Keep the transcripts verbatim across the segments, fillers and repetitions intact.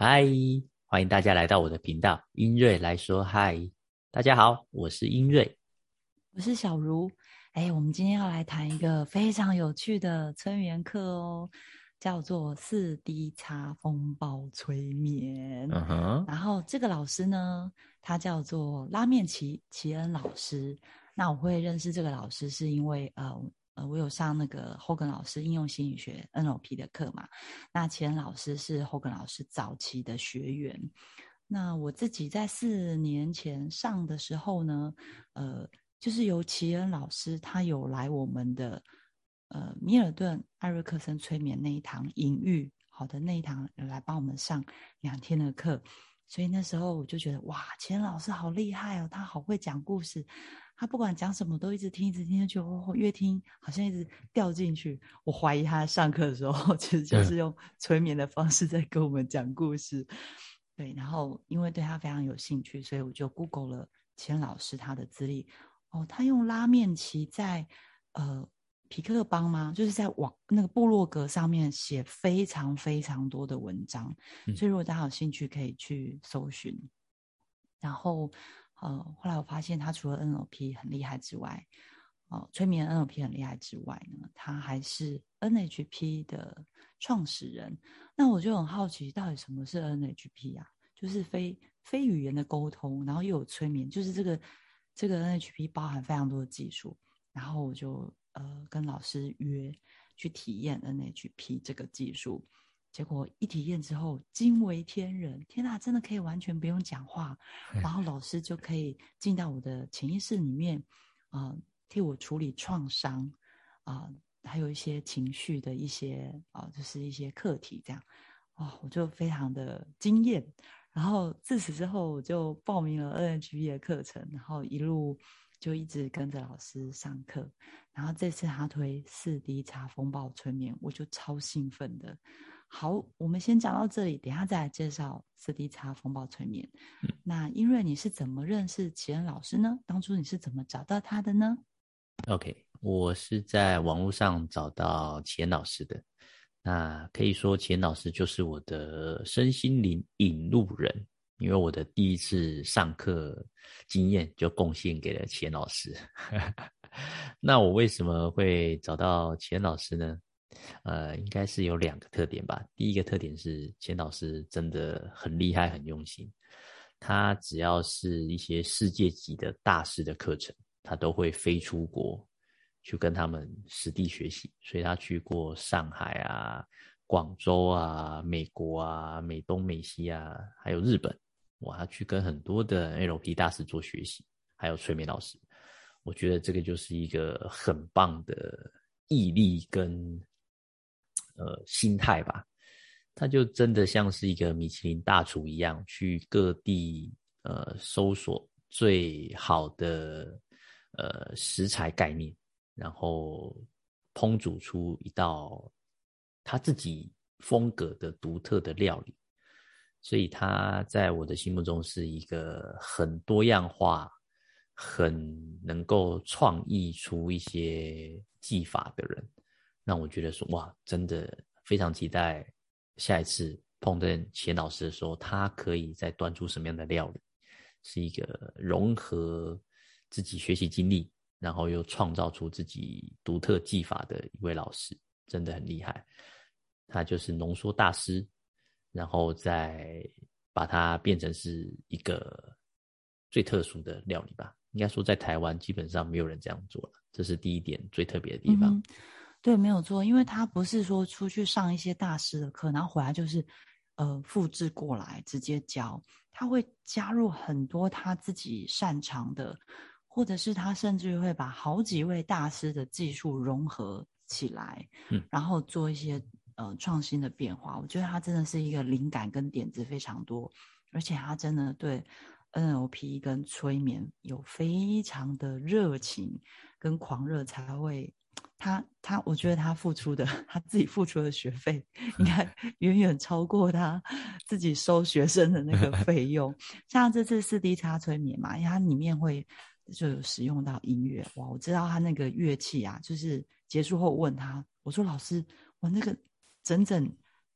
嗨，欢迎大家来到我的频道，英瑞来说嗨。大家好，我是英瑞。 我是小茹。哎，我们今天要来谈一个非常有趣的催眠课哦，叫做四 D 叉风暴催眠。 嗯哼。 然后这个老师呢，他叫做拉面奇奇恩老师。那我会认识这个老师，是因为呃呃，我有上那个 Hogan 老师应用心理学 N L P 的课嘛。那奇恩老师是 Hogan 老师早期的学员。那我自己在四年前上的时候呢，呃。就是由奇恩老师，他有来我们的呃米尔顿艾瑞克森催眠那一堂隐喻好的那一堂来帮我们上两天的课，所以那时候我就觉得哇，奇恩老师好厉害哦，他好会讲故事，他不管讲什么都一直听一直听，就觉得哦越听好像一直掉进去。我怀疑他上课的时候其实就是用催眠的方式在跟我们讲故事。对，然后因为对他非常有兴趣，所以我就 Google 了奇恩老师他的资历。哦，他用拉面奇在呃皮克邦吗？就是在网那个部落格上面写非常非常多的文章， 嗯所以如果大家有兴趣可以去搜寻。然后呃，后来我发现他除了 N L P 很厉害之外，呃，催眠 N L P 很厉害之外呢，他还是 N H P 的创始人。那我就很好奇，到底什么是 N H P 啊？就是非非语言的沟通，然后又有催眠，就是这个这个 N H P 包含非常多的技术。然后我就呃跟老师约去体验 N H P 这个技术，结果一体验之后惊为天人，天哪，真的可以完全不用讲话，然后老师就可以进到我的潜意识里面，呃，替我处理创伤啊、呃，还有一些情绪的一些啊、呃，就是一些课题这样。哦，我就非常的惊艳。然后自此之后，我就报名了 N H P 的课程，然后一路就一直跟着老师上课。然后这次他推四 D 茶风暴催眠，我就超兴奋的。好，我们先讲到这里，等一下再来介绍四 D 茶风暴催眠。那英瑞，你是怎么认识奇恩老师呢？当初你是怎么找到他的呢？ ，OK，我是在网络上找到钱老师的。那可以说钱老师就是我的身心灵引路人，因为我的第一次上课经验就贡献给了钱老师。那我为什么会找到钱老师呢？呃，应该是有两个特点吧。第一个特点是钱老师真的很厉害、很用心，他只要是一些世界级的大师的课程，他都会飞出国去跟他们实地学习。所以他去过上海啊、广州啊、美国啊、美东、美西啊，还有日本。哇，他去跟很多的 L P 大师做学习，还有催眠老师。我觉得这个就是一个很棒的毅力跟呃心态吧。他就真的像是一个米其林大厨一样，去各地呃搜索最好的呃食材概念，然后烹煮出一道他自己风格的独特的料理。所以他在我的心目中是一个很多样化、很能够创意出一些技法的人，让我觉得说哇，真的非常期待下一次碰见钱老师的时候，他可以再端出什么样的料理，是一个融合自己学习经历，然后又创造出自己独特技法的一位老师，真的很厉害。他就是浓缩大师，然后再把它变成是一个最特殊的料理吧。应该说在台湾基本上没有人这样做了，这是第一点最特别的地方。 嗯哼，对，没有错，因为他不是说出去上一些大师的课，然后回来就是呃复制过来直接教，他会加入很多他自己擅长的，或者是他甚至会把好几位大师的技术融合起来， 嗯。 然后做一些呃创新的变化。我觉得他真的是一个灵感跟点子非常多，而且他真的对 N L P 跟催眠有非常的热情跟狂热，才会他他，我觉得他付出的他自己付出的学费，应该远远超过他自己收学生的那个费用。像这次四 D 叉催眠嘛，因为它里面会就有使用到音乐，哇，我知道他那个乐器啊，就是结束后问他，我说老师，我那个整整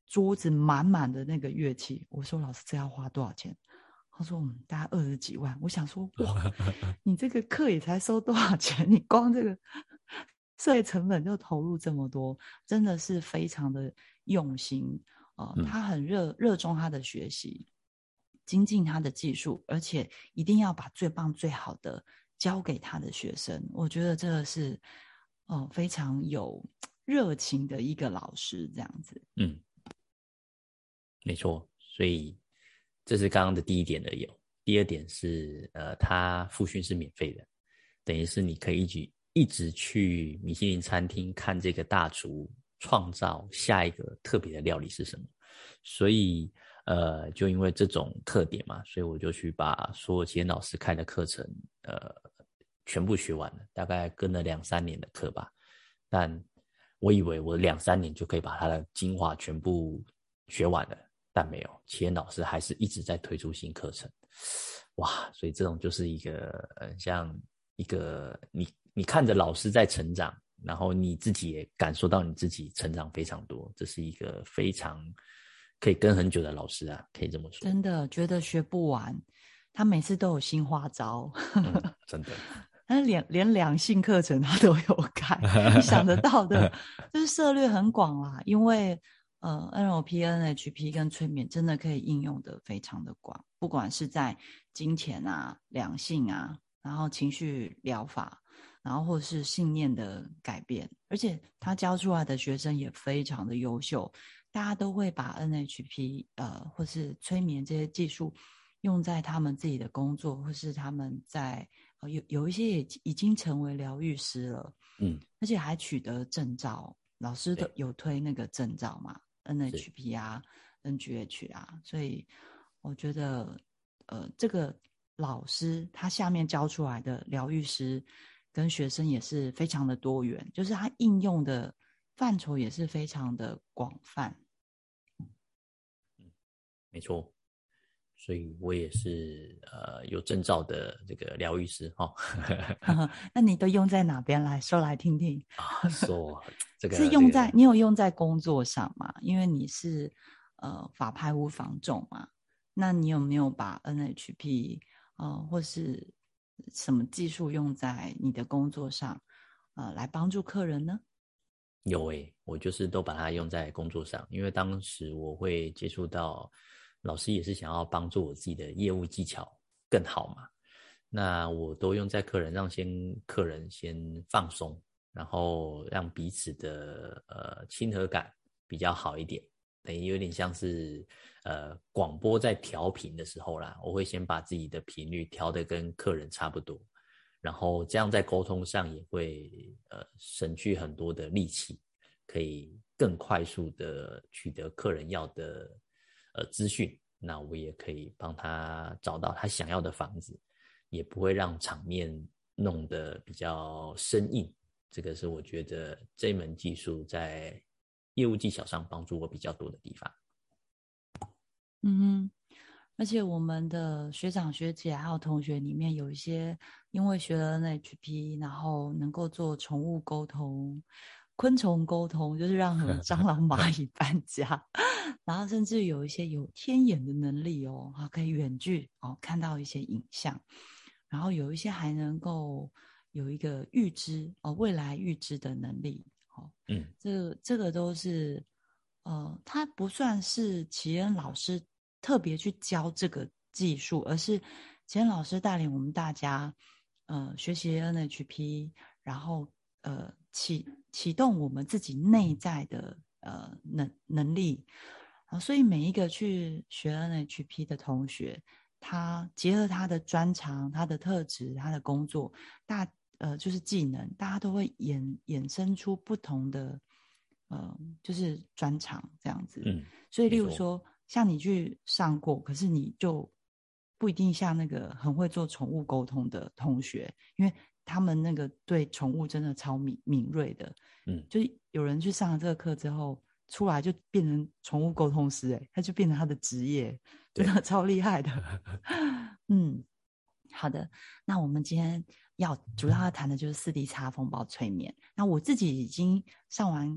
桌子满满的那个乐器。我说老师这要花多少钱？他说嗯，大概二十几万。我想说哇，你这个课也才收多少钱？你光这个设备成本就投入这么多，真的是非常的用心。呃， 嗯他很热热衷他的学习，精进他的技术，而且一定要把最棒最好的教给他的学生。我觉得这个是呃非常有热情的一个老师，这样子。 嗯，没错。所以这是刚刚的第一点而已哦。第二点是，呃，他复训是免费的，等于是你可以一直一直去米其林餐厅看这个大厨创造下一个特别的料理是什么。所以，呃，就因为这种特点嘛，所以我就去把所有齐恩老师开的课程，呃，全部学完了，大概跟了两三年的课吧。但我以为我两三年就可以把他的精华全部学完了，但没有，齐恩老师还是一直在推出新课程。哇，所以这种就是一个呃，像一个你你看着老师在成长，然后你自己也感受到你自己成长非常多，这是一个非常可以跟很久的老师啊，可以这么说。 真的觉得学不完，他每次都有新花招。 嗯，真的。 他连连两性课程他都有开，你想得到的，就是涉猎很广啦。因为呃 N L P、N H P 跟催眠真的可以应用的非常的广，不管是在金钱啊、两性啊，然后情绪疗法，然后或是信念的改变，而且他教出来的学生也非常的优秀，大家都会把 N H P 呃或是催眠这些技术用在他们自己的工作，或是他们在呃有有一些也已经成为疗愈师了， 嗯， 而且还取得证照，老师都有推那个证照嘛，N H P 啊、N G H 啊，所以我觉得呃这个老师他下面教出来的疗愈师跟学生也是非常的多元，就是他应用的范畴也是非常的广泛。 嗯，没错。所以我也是呃有证照的这个疗愈师哈。哦。 那你都用在哪边来说来听听？ 啊，说这是个这个用在你有用在工作上吗？因为你是呃法拍屋房仲嘛，那你有没有把 N H P 呃或是什么技术用在你的工作上，呃来帮助客人呢？ 有诶，我就是都把它用在工作上，因为当时我会接触到老师也是想要帮助我自己的业务技巧更好嘛，那我都用在客人，让先客人先放松，然后让彼此的呃亲和感比较好一点，等于有点像是呃广播在调频的时候啦，我会先把自己的频率调得跟客人差不多。然后这样在沟通上也会呃省去很多的力气，可以更快速的取得客人要的呃资讯，那我也可以帮他找到他想要的房子，也不会让场面弄得比较生硬。这个是我觉得这门技术在业务技巧上帮助我比较多的地方。 嗯哼。而且我们的学长学姐还有同学里面有一些因为学了 N H P， 然后能够做宠物沟通、昆虫沟通，就是让什么蟑螂、蚂蚁搬家，然后甚至有一些有天眼的能力哦，可以远距哦看到一些影像，然后有一些还能够有一个预知哦未来预知的能力哦， 嗯， 这个这个都是呃，他不算是齐恩老师特别去教这个技术，而是齐恩老师带领我们大家呃学习 N H P， 然后呃启启动我们自己内在的呃能能力啊，所以每一个去学 N H P 的同学，他结合他的专长、他的特质、他的工作，大呃就是技能，大家都会衍衍生出不同的呃就是专长这样子。 嗯， 所以例没错。 如说像你去上过，可是你就不一定像那个很会做宠物沟通的同学，因为他们那个对宠物真的超敏敏锐的。 嗯， 就是有人去上了这个课之后出来就变成宠物沟通师，欸，他就变成他的职业，真的对。 超厉害的。嗯，好的，那我们今天要主要要谈的就是四 D 插风暴催眠。那我自己已经上完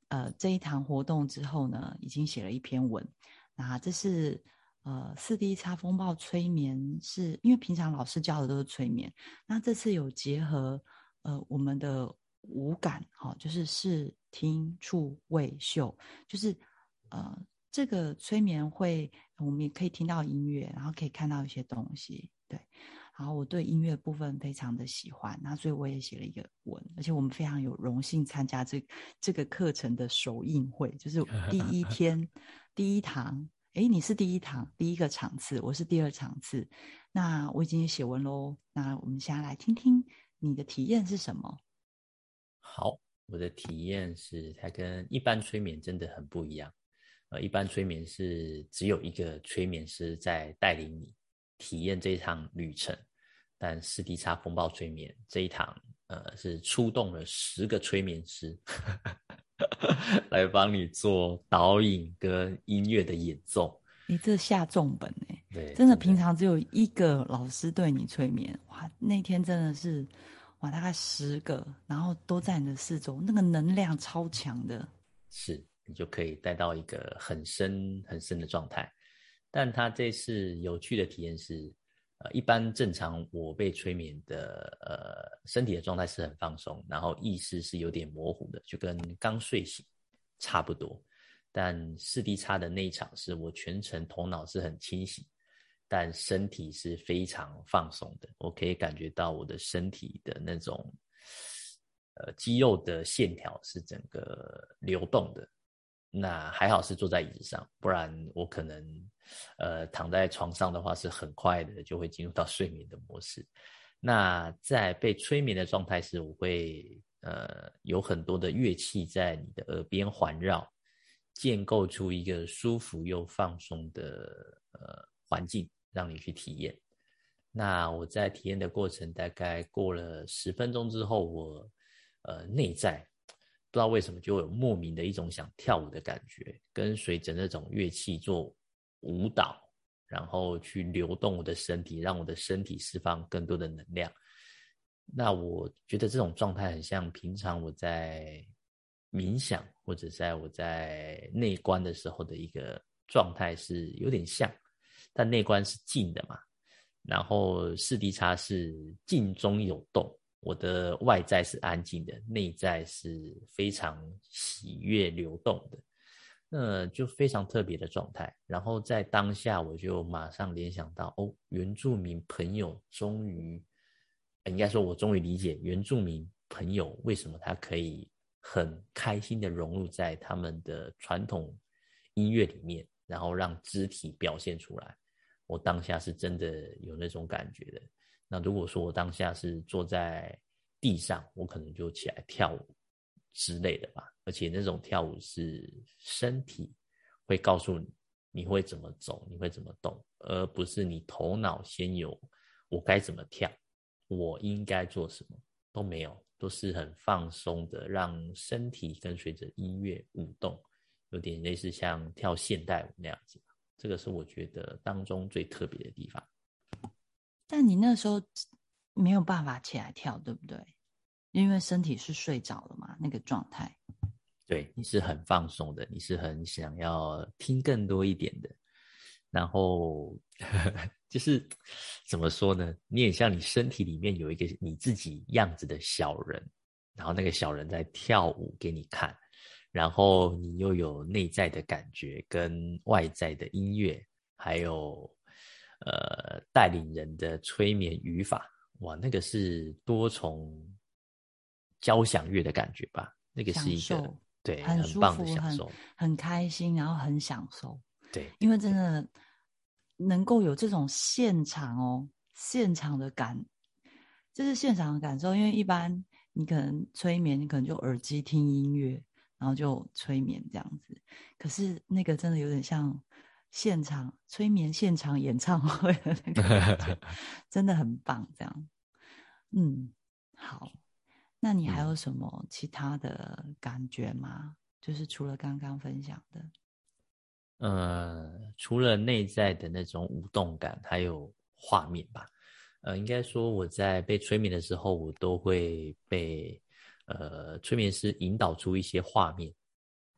呃这一堂活动之后呢，已经写了一篇文。那这是呃四 D 叉风暴催眠是，因为平常老师教的都是催眠，那这次有结合呃我们的五感，好、哦，就是视听触味嗅，就是呃这个催眠会我们也可以听到音乐，然后可以看到一些东西，对。然后我对音乐部分非常的喜欢，那所以我也写了一个文，而且我们非常有荣幸参加这这个课程的首映会，就是第一天第一堂。诶，你是第一堂第一个场次，我是第二场次。那我已经写文咯，那我们现在来听听你的体验是什么。 好，我的体验是它跟一般催眠真的很不一样。呃，一般催眠是只有一个催眠师在带领你体验这一趟旅程，但四 D 叉风暴催眠这一堂，呃，是出动了十个催眠师来帮你做导引跟音乐的演奏。 你这下重本欸， 对， 真的真的平常只有一个老师对你催眠，哇，那天真的是哇，大概十个，然后都在你的四周，那个能量超强的。 是你就可以带到一个很深很深的状态。但他这次有趣的体验是，呃，一般正常我被催眠的，呃，身体的状态是很放松，然后意识是有点模糊的，就跟刚睡醒差不多。但四 D 叉的那一场是我全程头脑是很清醒，但身体是非常放松的，我可以感觉到我的身体的那种呃肌肉的线条是整个流动的。那还好是坐在椅子上，不然我可能呃躺在床上的话是很快的就会进入到睡眠的模式。那在被催眠的状态时，我会呃有很多的乐器在你的耳边环绕，建构出一个舒服又放松的呃环境，让你去体验。那我在体验的过程大概过了十分钟之后，我呃内在不知道为什么就有莫名的一种想跳舞的感觉，跟随着那种乐器做舞蹈，然后去流动我的身体，让我的身体释放更多的能量。那我觉得这种状态很像平常我在冥想或者在我在内观的时候的一个状态是有点像，但内观是静的嘛，然后四 D 叉是静中有动，我的外在是安静的，内在是非常喜悦流动的，那就非常特别的状态。然后在当下我就马上联想到，哦，原住民朋友终于应该说我终于理解原住民朋友为什么他可以很开心的融入在他们的传统音乐里面，然后让肢体表现出来。我当下是真的有那种感觉的。那如果说我当下是坐在地上，我可能就起来跳舞之类的吧。而且那种跳舞是身体会告诉你你会怎么走，你会怎么动，而不是你头脑先有我该怎么跳，我应该做什么，都没有，都是很放松的，让身体跟随着音乐舞动，有点类似像跳现代舞那样子。这个是我觉得当中最特别的地方。 但你那时候没有办法起来跳，对不对？因为身体是睡着了嘛，那个状态。 对，你是很放松的，你是很想要听更多一点的，然后呵呵就是怎么说呢？你也像你身体里面有一个你自己样子的小人，然后那个小人在跳舞给你看，然后你又有内在的感觉跟外在的音乐，还有呃带领人的催眠语法，哇，那个是多重交响乐的感觉吧？那个是一个享受， 对很很棒的舒服，很享受。 很开心，然后很享受。因为真对对对， 的能够有这种现场哦，现场的感，这是现场的感受。因为一般你可能催眠，你可能就耳机听音乐，然后就催眠这样子。可是那个真的有点像现场催眠、现场演唱会的那个感觉，真的很棒。这样，嗯，好。那你还有嗯什么其他的感觉吗？就是除了刚刚分享的。 呃，除了内在的那种舞动感，还有画面吧。呃，应该说我在被催眠的时候，我都会被呃催眠师引导出一些画面。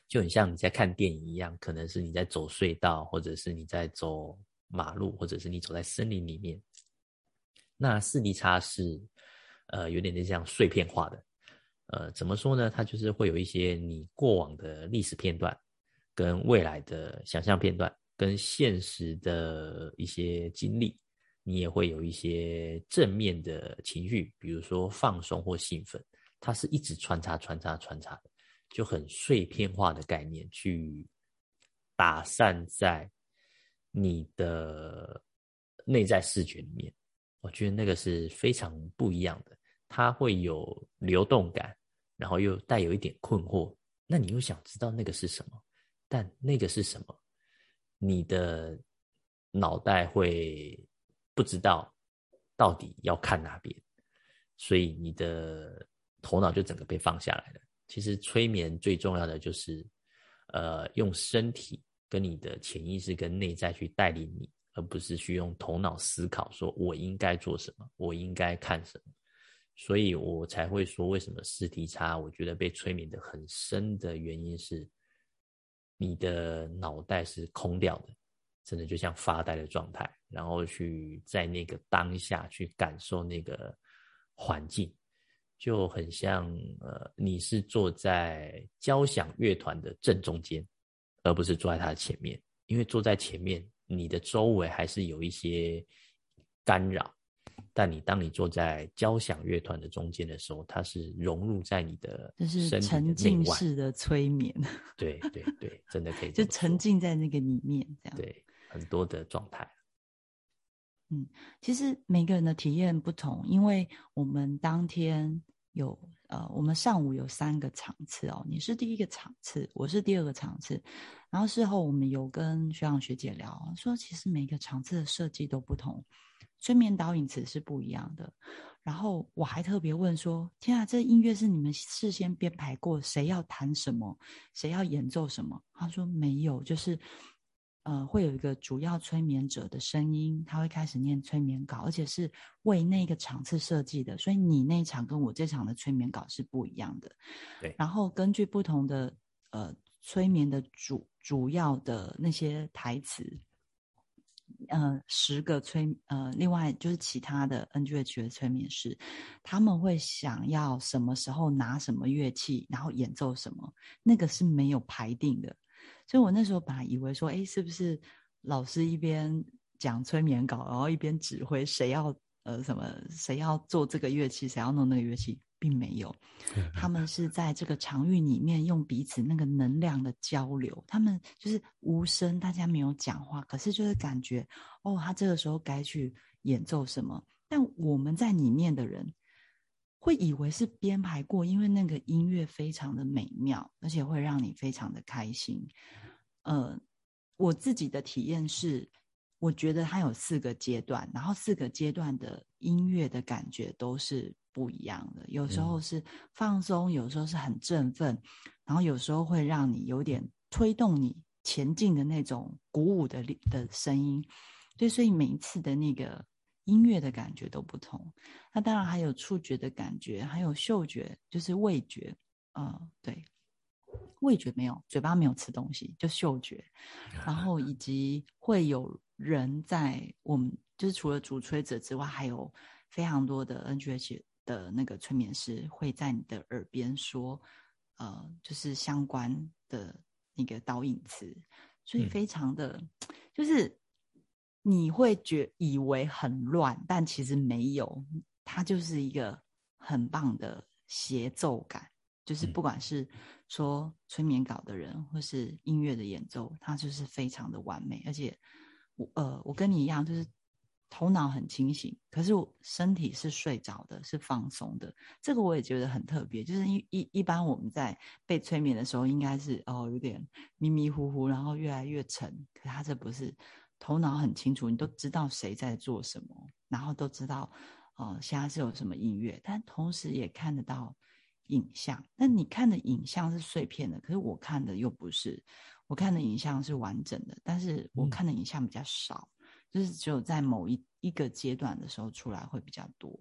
就很像你在看电影一样，可能是你在走隧道，或者是你在走马路，或者是你走在森林里面。那四 D 差是呃有点像碎片化的，呃怎么说呢？它就是会有一些你过往的历史片段，跟未来的想象片段，跟现实的一些经历，你也会有一些正面的情绪，比如说放松或兴奋，它是一直穿插穿插穿插的。就很碎片化的概念去打散在你的内在视觉里面，我觉得那个是非常不一样的，它会有流动感，然后又带有一点困惑，那你又想知道那个是什么，但那个是什么，你的脑袋会不知道到底要看哪边，所以你的头脑就整个被放下来了。其实催眠最重要的就是，呃，用身体跟你的潜意识跟内在去带领你，而不是去用头脑思考说我应该做什么，我应该看什么。所以我才会说，为什么四 T 差我觉得被催眠的很深的原因是，你的脑袋是空掉的，真的就像发呆的状态，然后去在那个当下去感受那个环境。就很像呃，你是坐在交响乐团的正中间，而不是坐在它的前面。因为坐在前面，你的周围还是有一些干扰，但你当你坐在交响乐团的中间的时候，它是融入在你的就是身体的沉内外。 浸式的催眠， 对对对，真的可以这就么说。 沉浸在那个里面，这样。 对，很多的状态。 嗯，其实每个人的体验不同，因为我们当天有呃，我们上午有三个场次哦，你是第一个场次，我是第二个场次，然后事后我们有跟学长学姐聊，说其实每个场次的设计都不同，催眠导引词是不一样的。然后我还特别问说，天啊，这音乐是你们事先编排过，谁要弹什么，谁要演奏什么？他说没有，就是呃，会有一个主要催眠者的声音，他会开始念催眠稿，而且是为那个场次设计的，所以你那一场跟我这场的催眠稿是不一样的。 对， 然后根据不同的呃催眠的主主要的那些台词，呃，十个催呃，另外就是其他的 N G H 的催眠师，他们会想要什么时候拿什么乐器，然后演奏什么，那个是没有排定的。所以我那时候本来以为说，哎，是不是老师一边讲催眠稿，然后一边指挥谁要呃什么，谁要做这个乐器，谁要弄那个乐器，并没有。他们是在这个场域里面用彼此那个能量的交流，他们就是无声，大家没有讲话，可是就是感觉哦，他这个时候该去演奏什么。但我们在里面的人会以为是编排过，因为那个音乐非常的美妙，而且会让你非常的开心。呃，我自己的体验是，我觉得它有四个阶段，然后四个阶段的音乐的感觉都是不一样的。有时候是放松，有时候是很振奋，然后有时候会让你有点推动你前进的那种鼓舞的力的声音。对，所以每一次的那个音乐的感觉都不同。那当然还有触觉的感觉，还有嗅觉，就是味觉。呃，对，味觉没有，嘴巴没有吃东西，就嗅觉。然后以及会有人在我们就是除了主催者之外，还有非常多的 N G H 的那个催眠师会在你的耳边说，呃，就是相关的那个导引词，所以非常的、嗯、就是你会觉以为很乱，但其实没有，它就是一个很棒的协奏感。就是不管是说催眠稿的人，或是音乐的演奏，它就是非常的完美。而且我呃，我跟你一样，就是头脑很清醒，可是我身体是睡着的，是放松的。这个我也觉得很特别，就是一一一般我们在被催眠的时候，应该是哦有点迷迷糊糊，然后越来越沉。可是他这不是，头脑很清楚，你都知道谁在做什么，然后都知道呃现在是有什么音乐，但同时也看得到影像。那你看的影像是碎片的，可是我看的又不是，我看的影像是完整的，但是我看的影像比较少，嗯、就是只有在某一一个阶段的时候出来会比较多。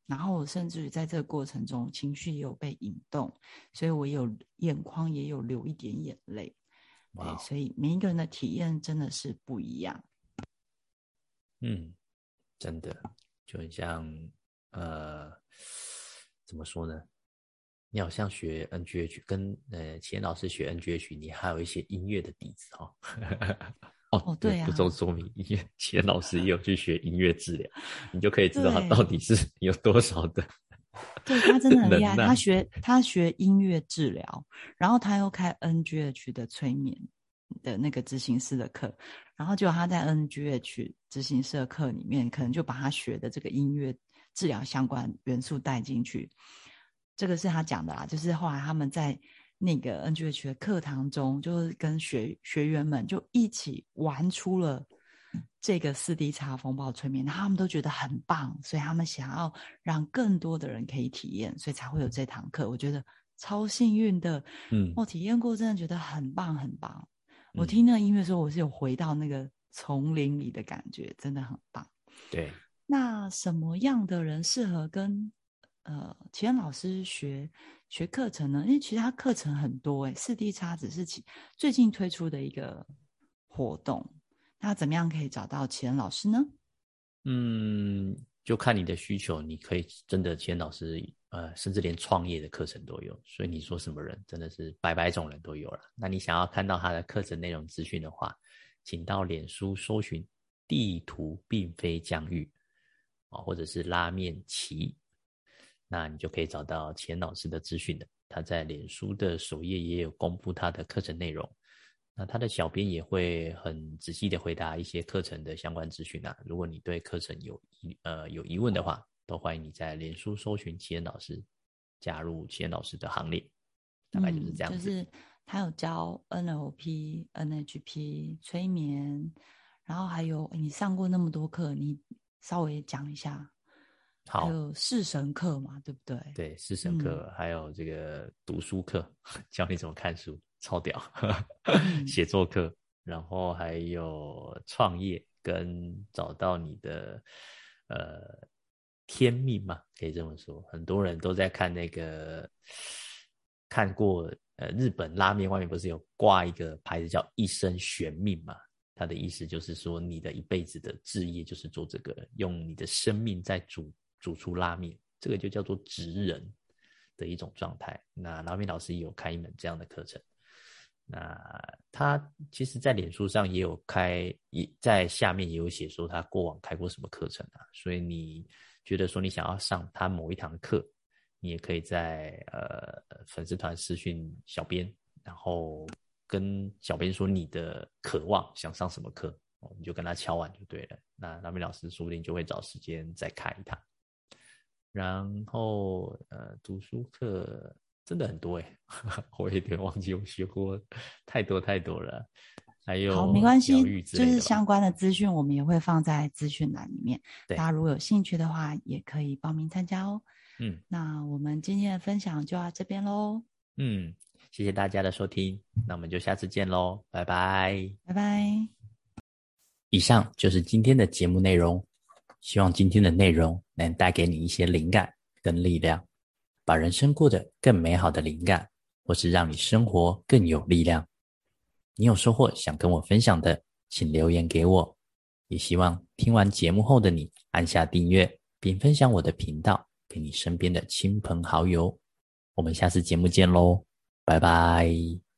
然后我甚至于在这个过程中情绪也有被引动，所以我有眼眶也有流一点眼泪。对，所以每一个人的体验真的是不一样。 嗯，真的就很像呃，怎么说呢？你好像学 N G H 跟呃钱老师学 N G H， 你还有一些音乐的底子哦。哦， 哦，对啊， 不做说明，音乐钱老师也有去学音乐治疗，你就可以知道他到底对是有多少的对，他真的很厉害， 能耐。 他学他学音乐治疗，然后他又开 N G H 的催眠的那个执行师的课，然后就他在 N G H 执行师的课里面，可能就把他学的这个音乐治疗相关元素带进去。这个是他讲的啦，就是后来他们在那个 N G H 的课堂中，就是跟学学员们就一起玩出了这个四 D 茶风暴催眠，他们都觉得很棒，所以他们想要让更多的人可以体验，所以才会有这堂课。我觉得超幸运的， 嗯， 我体验过，真的觉得很棒很棒。我嗯， 听那个音乐的时候，我是有回到那个丛林里的感觉，真的很棒。 对。 那什么样的人适合跟呃齐恩老师学学课程呢？因为其实他课程很多诶，四 D 叉只是其最近推出的一个活动。那怎么样可以找到齐恩老师呢？ 嗯，就看你的需求，你可以真的钱老师，呃，甚至连创业的课程都有。所以你说什么人，真的是百百种人都有了。那你想要看到他的课程内容资讯的话，请到脸书搜寻地图并非疆域，哦，或者是拉面奇，那你就可以找到钱老师的资讯的。他在脸书的首页也有公布他的课程内容。那他的小编也会很仔细的回答一些课程的相关资讯啊。如果你对课程有疑呃有疑问的话，都欢迎你在脸书搜寻齐恩老师，加入齐恩老师的行列。大概就是这样子。 嗯、就是他有教 N L P、N H P 催眠，然后还有你上过那么多课，你稍微讲一下。还好， 有式神课嘛，对不对？ 对，式神课、嗯、还有这个读书课，教你怎么看书，超屌。 嗯、 写作课，然后还有创业跟找到你的呃天命嘛，可以这么说。很多人都在看那个看过呃日本拉面外面不是有挂一个牌子叫一生玄命嘛？它的意思就是说你的一辈子的志业就是做这个，用你的生命在煮煮出拉面，这个就叫做职人的一种状态。那拉面老师也有开一门这样的课程。那他其实在脸书上也有开，也在下面也有写说他过往开过什么课程啊，所以你觉得说你想要上他某一堂课，你也可以在呃粉丝团私讯小编，然后跟小编说你的渴望想上什么课，哦，你就跟他敲完就对了。那拉面老师说不定就会找时间再开一堂。然后呃读书课真的很多诶，我有点忘记我学过太多太多了。还有好，没关系，就是疗愈之类的吧， 相关的资讯我们也会放在资讯栏里面， 对， 大家如果有兴趣的话，也可以报名参加哦。 嗯那我们今天的分享就到这边咯， 嗯，谢谢大家的收听，那我们就下次见咯，拜拜。 拜拜。 以上就是今天的节目内容，希望今天的内容能带给你一些灵感跟力量，把人生过得更美好的灵感，或是让你生活更有力量。你有收获想跟我分享的，请留言给我。也希望听完节目后的你按下订阅，并分享我的频道给你身边的亲朋好友。我们下次节目见咯，拜拜。